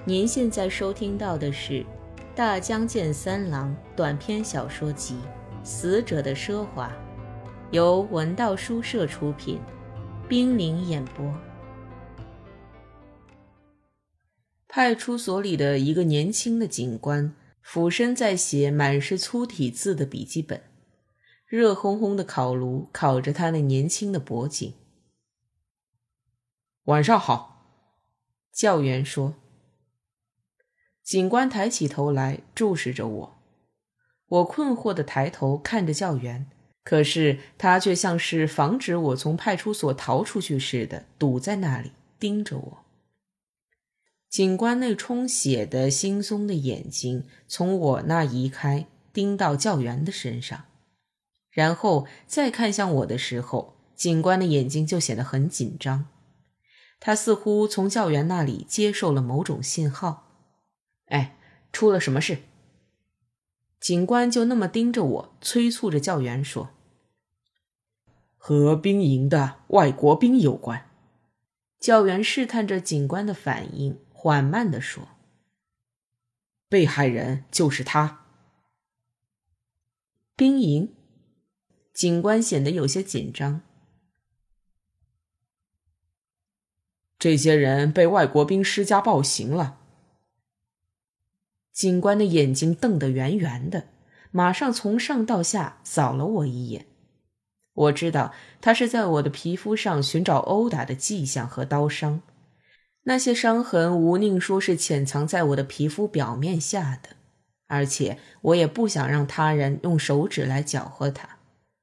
您现在收听到的是《大江健三郎》短篇小说集《死者的奢华》，由文道书社出品，冰凌演播。派出所里的一个年轻的警官俯身在写满是粗体字的笔记本，热烘烘的烤炉烤着他那年轻的脖颈。 晚上好， 教员说。警官抬起头来注视着我，我困惑地抬头看着教员，可是他却像是防止我从派出所逃出去似的堵在那里盯着我。警官那充血的惺忪的眼睛从我那移开，盯到教员的身上，然后再看向我的时候，警官的眼睛就显得很紧张。他似乎从教员那里接受了某种信号。出了什么事？警官就那么盯着我，催促着教员说。 和兵营的外国兵有关。 教员试探着警官的反应，缓慢地说。 被害人就是他。 兵营？警官显得有些紧张。 这些人被外国兵施加暴行了。 警官的眼睛瞪得圆圆的，马上从上到下扫了我一眼。我知道他是在我的皮肤上寻找殴打的迹象和刀伤，那些伤痕无宁说是潜藏在我的皮肤表面下的，而且我也不想让他人用手指来搅和它。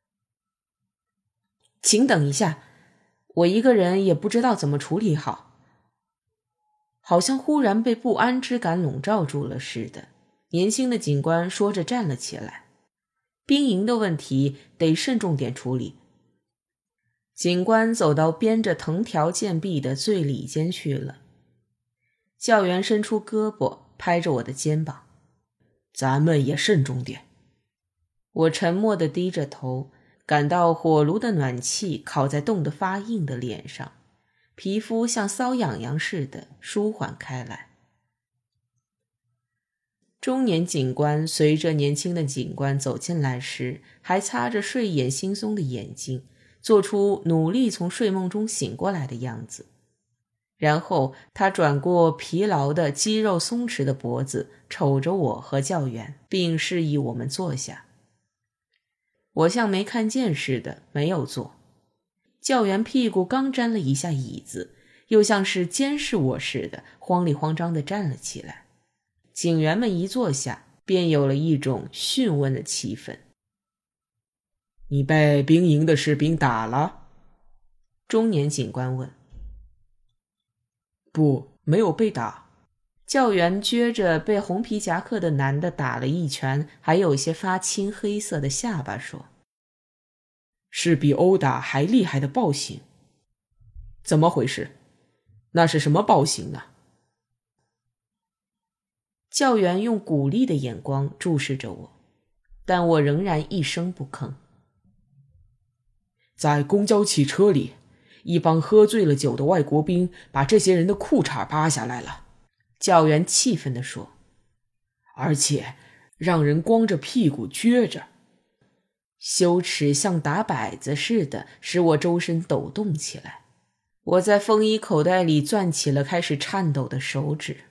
请等一下，我一个人也不知道怎么处理好。好像忽然被不安之感笼罩住了似的，年轻的警官说着站了起来。兵营的问题得慎重点处理。警官走到编着藤条箭壁的最里间去了。教员伸出胳膊拍着我的肩膀。 咱们也慎重点。 我沉默地低着头，感到火炉的暖气烤在冻得发硬的脸上，皮肤像瘙痒痒似的舒缓开来。中年警官随着年轻的警官走进来时，还擦着睡眼惺忪的眼睛，做出努力从睡梦中醒过来的样子。然后他转过疲劳的肌肉松弛的脖子，瞅着我和教员，并示意我们坐下。我像没看见似的没有坐。教员屁股刚沾了一下椅子，又像是监视我似的，慌里慌张地站了起来。警员们一坐下，便有了一种讯问的气氛。 你被兵营的士兵打了？ 中年警官问。 不，没有被打。 教员撅着被红皮夹克的男的打了一拳，还有些发青黑色的下巴说。 是比殴打还厉害的暴行。怎么回事？那是什么暴行呢？ 教员用鼓励的眼光注视着我，但我仍然一声不吭。 在公交汽车里，一帮喝醉了酒的外国兵把这些人的裤衩扒下来了。 教员气愤地说。 而且让人光着屁股撅着。 羞耻像打摆子似的使我周身抖动起来，我在风衣口袋里攥起了开始颤抖的手指。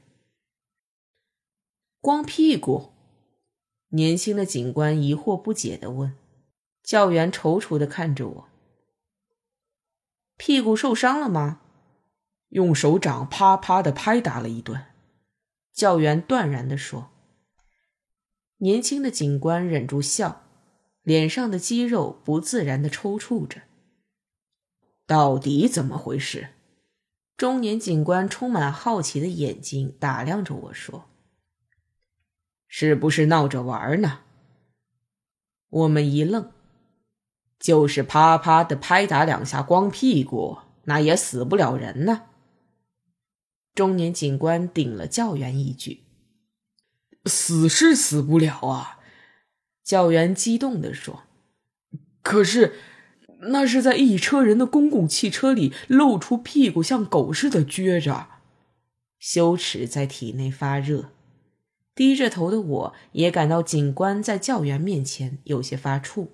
光屁股？年轻的警官疑惑不解地问。教员踌躇地看着我。屁股受伤了吗？ 用手掌啪啪地拍打了一顿。 教员断然地说。年轻的警官忍住笑，脸上的肌肉不自然地抽搐着。 到底怎么回事？ 中年警官充满好奇的眼睛打量着我说。 是不是闹着玩呢？ 我们一愣。 就是啪啪地拍打两下光屁股，那也死不了人呢。 中年警官顶了教员一句。 死是死不了啊， 教员激动地说。 可是那是在一车人的公共汽车里露出屁股像狗似的撅着。 羞耻在体内发热，低着头的我也感到警官在教员面前有些发怵。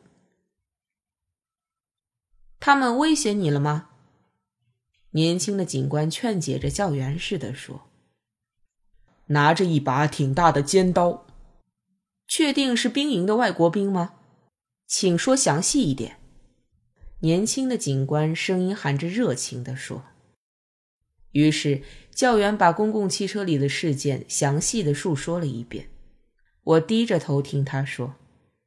他们威胁你了吗？年轻的警官劝解着教员似的说。 拿着一把挺大的尖刀。 确定是兵营的外国兵吗？请说详细一点。年轻的警官声音含着热情地说。于是教员把公共汽车里的事件详细地述说了一遍。我低着头听他说。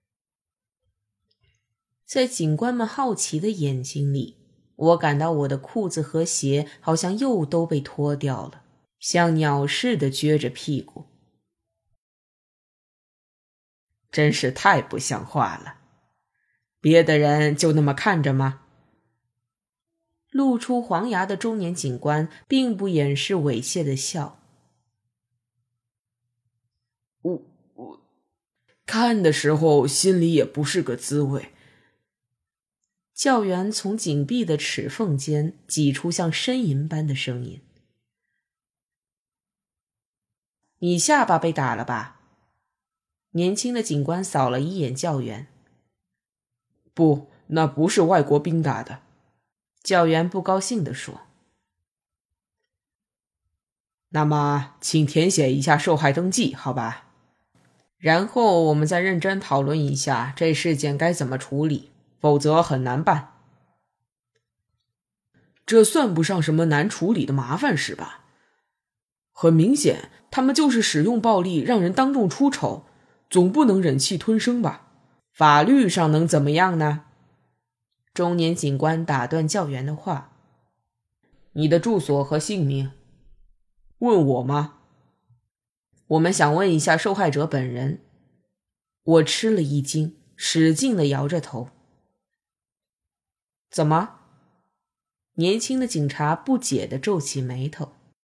在警官们好奇的眼睛里，我感到我的裤子和鞋好像又都被脱掉了，像鸟似的撅着屁股。 真是太不像话了。别的人就那么看着吗？ 露出黄牙的中年警官并不掩饰猥亵的笑。 我看的时候心里也不是个滋味。 教员从紧闭的齿缝间挤出像呻吟般的声音。你下巴被打了吧？年轻的警官扫了一眼教员。 不，那不是外国兵打的。 教员不高兴地说。 那么请填写一下受害登记，好吧？ 然后我们再认真讨论一下这事件该怎么处理，否则很难办。 这算不上什么难处理的麻烦事吧？很明显，他们就是使用暴力让人当众出丑，总不能忍气吞声吧？ 法律上能怎么样呢？中年警官打断教员的话。你的住所和姓名？ 问我吗？ 我们想问一下受害者本人。我吃了一惊，使劲地摇着头。怎么？年轻的警察不解地皱起眉头。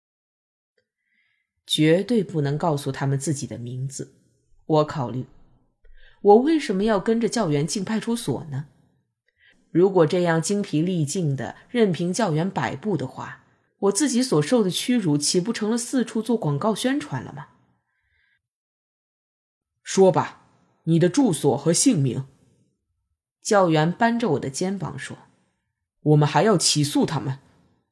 绝对不能告诉他们自己的名字。我考虑，我为什么要跟着教员进派出所呢？如果这样精疲力尽的任凭教员摆布的话，我自己所受的屈辱岂不成了四处做广告宣传了吗？ 说吧，你的住所和姓名。 教员扳着我的肩膀说。 我们还要起诉他们。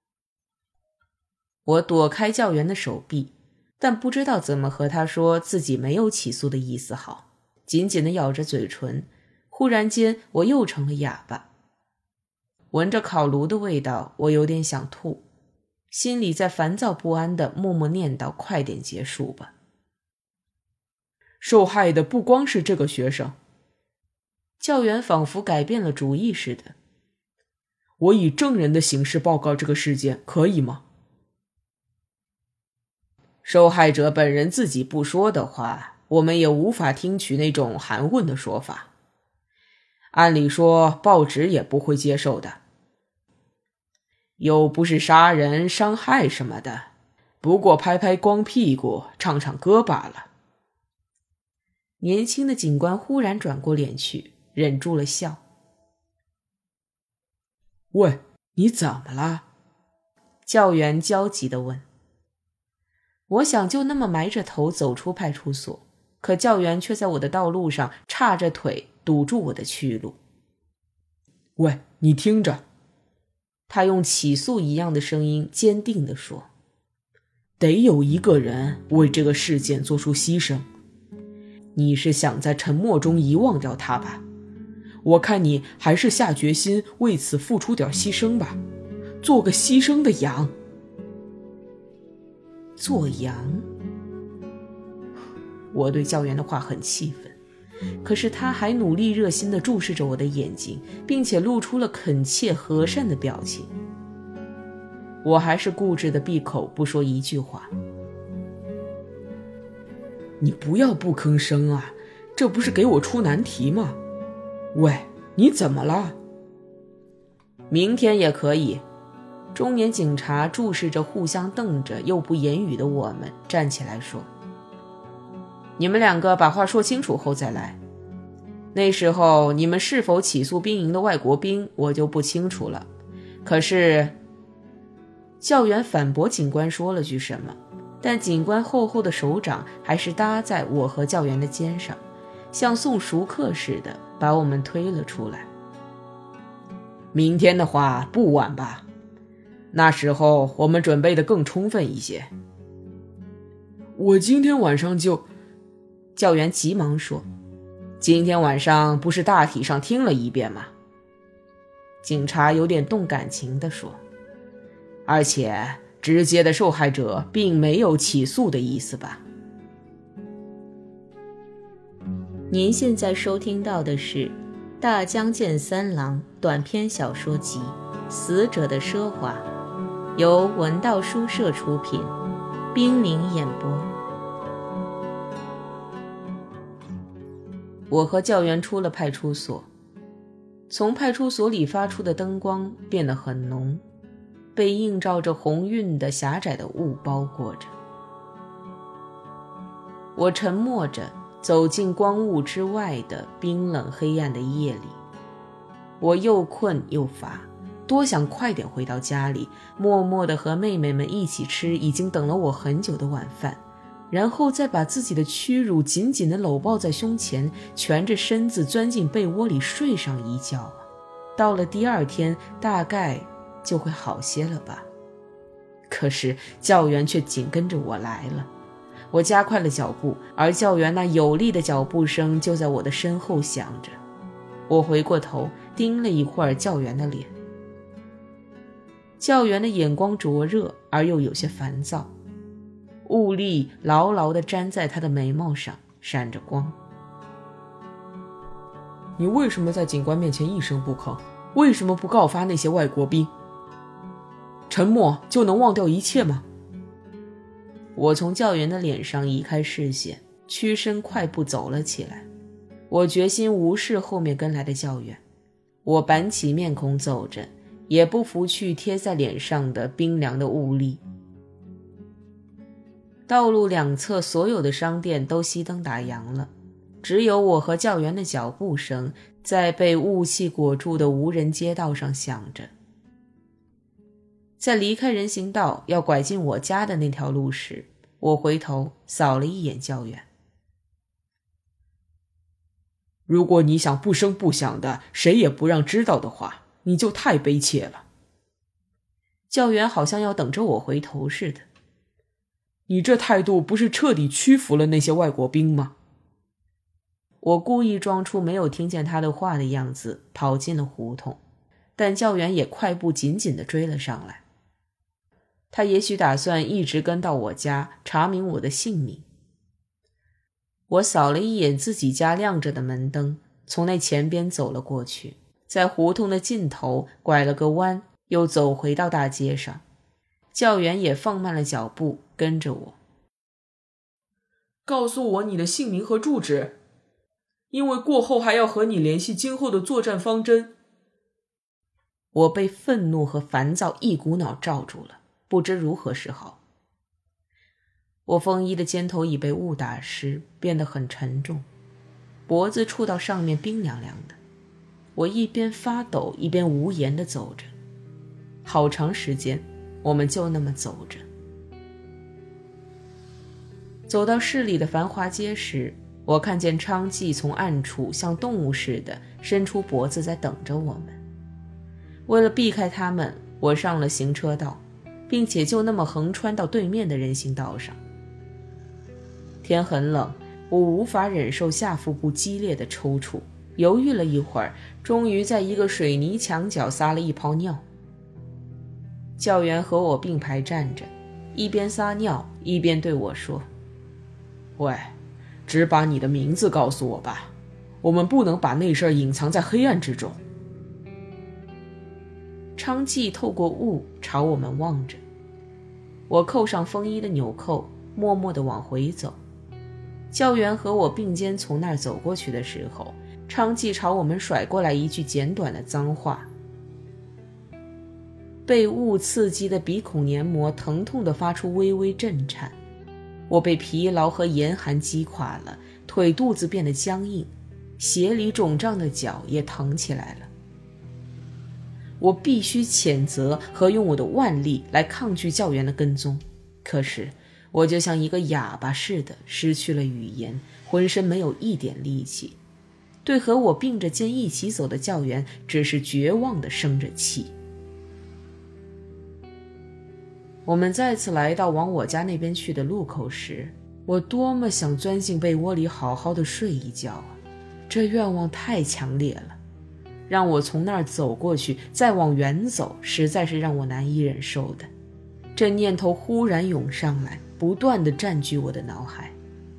我躲开教员的手臂，但不知道怎么和他说自己没有起诉的意思好，紧紧地咬着嘴唇。忽然间我又成了哑巴。闻着烤炉的味道，我有点想吐，心里在烦躁不安地默默念叨快点结束吧。 受害的不光是这个学生。 教员仿佛改变了主意似的。 我以证人的形式报告这个事件，可以吗？ 受害者本人自己不说的话，我们也无法听取那种含混的说法。按理说报纸也不会接受的。又不是杀人伤害什么的，不过拍拍光屁股唱唱歌罢了。年轻的警官忽然转过脸去，忍住了笑。 喂，你怎么了？ 教员焦急地问。我想就那么埋着头走出派出所，可教员却在我的道路上叉着腿堵住我的去路。 喂，你听着。 他用起诉一样的声音坚定地说。 得有一个人为这个事件做出牺牲。你是想在沉默中遗忘掉他吧？我看你还是下决心为此付出点牺牲吧，做个牺牲的羊。 做羊？我对教员的话很气愤，可是他还努力热心地注视着我的眼睛，并且露出了恳切和善的表情。我还是固执地闭口不说一句话。 你不要不吭声啊，这不是给我出难题吗？喂，你怎么了？ 明天也可以。中年警察注视着互相瞪着又不言语的我们，站起来说。你们两个把话说清楚后再来。那时候你们是否起诉兵营的外国兵，我就不清楚了。可是，教员反驳警官说了句什么， 但警官厚厚的手掌还是搭在我和教员的肩上，像送熟客似的把我们推了出来。 明天的话不晚吧？那时候我们准备得更充分一些。 我今天晚上就…… 教员急忙说。 今天晚上不是大体上听了一遍吗？ 警察有点动感情地说。 而且直接的受害者并没有起诉的意思吧？ 您现在收听到的是大江健三郎短篇小说集《死者的奢华》，由文道书社出品，冰凌演播。 我和教员出了派出所，从派出所里发出的灯光变得很浓，被映照着红晕的狭窄的雾包裹着。我沉默着走进光雾之外的冰冷黑暗的夜里，我又困又乏，多想快点回到家里，默默地和妹妹们一起吃已经等了我很久的晚饭，然后再把自己的屈辱紧紧地搂抱在胸前，蜷着身子钻进被窝里睡上一觉。到了第二天大概就会好些了吧。可是教员却紧跟着我来了，我加快了脚步，而教员那有力的脚步声就在我的身后响着。我回过头盯了一会儿教员的脸，教员的眼光灼热而又有些烦躁，雾力牢牢地粘在他的眉毛上，闪着光。 你为什么在警官面前一声不吭？为什么不告发那些外国兵？沉默就能忘掉一切吗？ 我从教员的脸上移开视线，屈身快步走了起来。我决心无视后面跟来的教员，我板起面孔走着，也不拂去贴在脸上的冰凉的雾力。道路两侧所有的商店都熄灯打烊了，只有我和教员的脚步声在被雾气裹住的无人街道上响着。在离开人行道要拐进我家的那条路时，我回头扫了一眼教员。 如果你想不声不响的谁也不让知道的话，你就太悲切了。 教员好像要等着我回头似的。 你这态度不是彻底屈服了那些外国兵吗？ 我故意装出没有听见他的话的样子，跑进了胡同，但教员也快步紧紧地追了上来。他也许打算一直跟到我家，查明我的姓名。我扫了一眼自己家亮着的门灯，从那前边走了过去，在胡同的尽头拐了个弯，又走回到大街上。教员也放慢了脚步，跟着我。 告诉我你的姓名和住址，因为过后还要和你联系今后的作战方针。 我被愤怒和烦躁一股脑罩住了，不知如何是好。我风衣的肩头已被雾打湿，变得很沉重，脖子触到上面冰凉凉的。我一边发抖一边无言地走着，好长时间我们就那么走着。走到市里的繁华街时，我看见昌纪从暗处像动物似的伸出脖子在等着我们。为了避开他们，我上了行车道，并且就那么横穿到对面的人行道上。天很冷，我无法忍受下腹部激烈的抽搐，犹豫了一会儿，终于在一个水泥墙角撒了一泡尿。教员和我并排站着，一边撒尿一边对我说： 喂，只把你的名字告诉我吧，我们不能把那事儿隐藏在黑暗之中。 昌纪透过雾朝我们望着，我扣上风衣的纽扣，默默地往回走。教员和我并肩从那儿走过去的时候，昌纪朝我们甩过来一句简短的脏话。被雾刺激的鼻孔黏膜疼痛地发出微微震颤，我被疲劳和严寒击垮了，腿肚子变得僵硬，鞋里肿胀的脚也疼起来了。我必须谴责和用我的腕力来抗拒教员的跟踪，可是我就像一个哑巴似的失去了语言，浑身没有一点力气，对和我并着肩一起走的教员只是绝望地生着气。我们再次来到往我家那边去的路口时，我多么想钻进被窝里好好的睡一觉啊！这愿望太强烈了，让我从那儿走过去再往远走，实在是让我难以忍受的。这念头忽然涌上来，不断地占据我的脑海。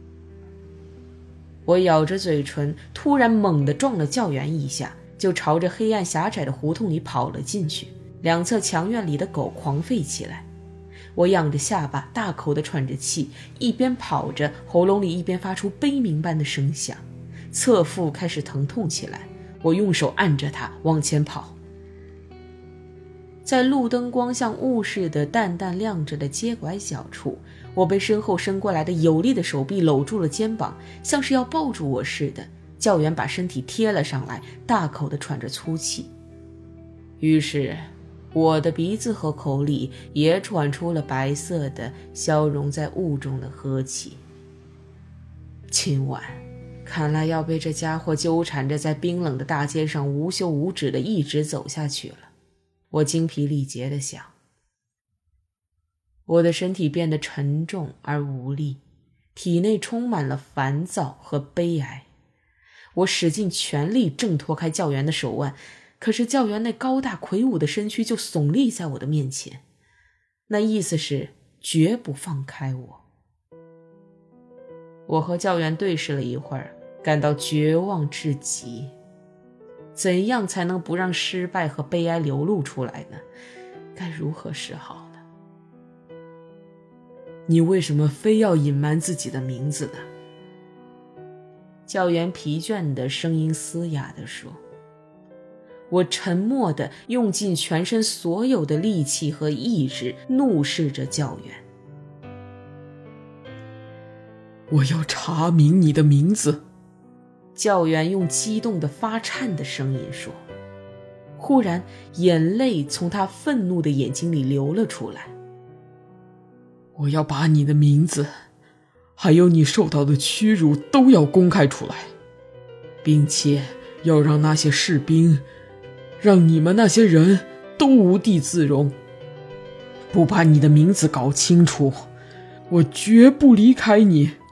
我咬着嘴唇，突然猛地撞了教员一下，就朝着黑暗狭窄的胡同里跑了进去。两侧墙院里的狗狂吠起来，我仰着下巴，大口地喘着气，一边跑着，喉咙里一边发出悲鸣般的声响。侧腹开始疼痛起来，我用手按着它往前跑。在路灯光像雾似的淡淡亮着的街拐角处，我被身后伸过来的有力的手臂搂住了肩膀，像是要抱住我似的。教员把身体贴了上来，大口地喘着粗气。于是我的鼻子和口里也喘出了白色的消融在雾中的呵气。今晚看来要被这家伙纠缠着在冰冷的大街上无休无止地一直走下去了，我精疲力竭地想。我的身体变得沉重而无力，体内充满了烦躁和悲哀。我使尽全力挣脱开教员的手腕，可是教员那高大魁梧的身躯就耸立在我的面前，那意思是绝不放开我。我和教员对视了一会儿，感到绝望至极。怎样才能不让失败和悲哀流露出来呢？该如何是好呢？ 你为什么非要隐瞒自己的名字呢？ 教员疲倦的声音嘶哑地说。我沉默地用尽全身所有的力气和意志，怒视着教员。 我要查明你的名字， 教员用激动的发颤的声音说。忽然眼泪从他愤怒的眼睛里流了出来。 我要把你的名字还有你受到的屈辱都要公开出来，并且要让那些士兵，让你们那些人都无地自容。不把你的名字搞清楚，我绝不离开你，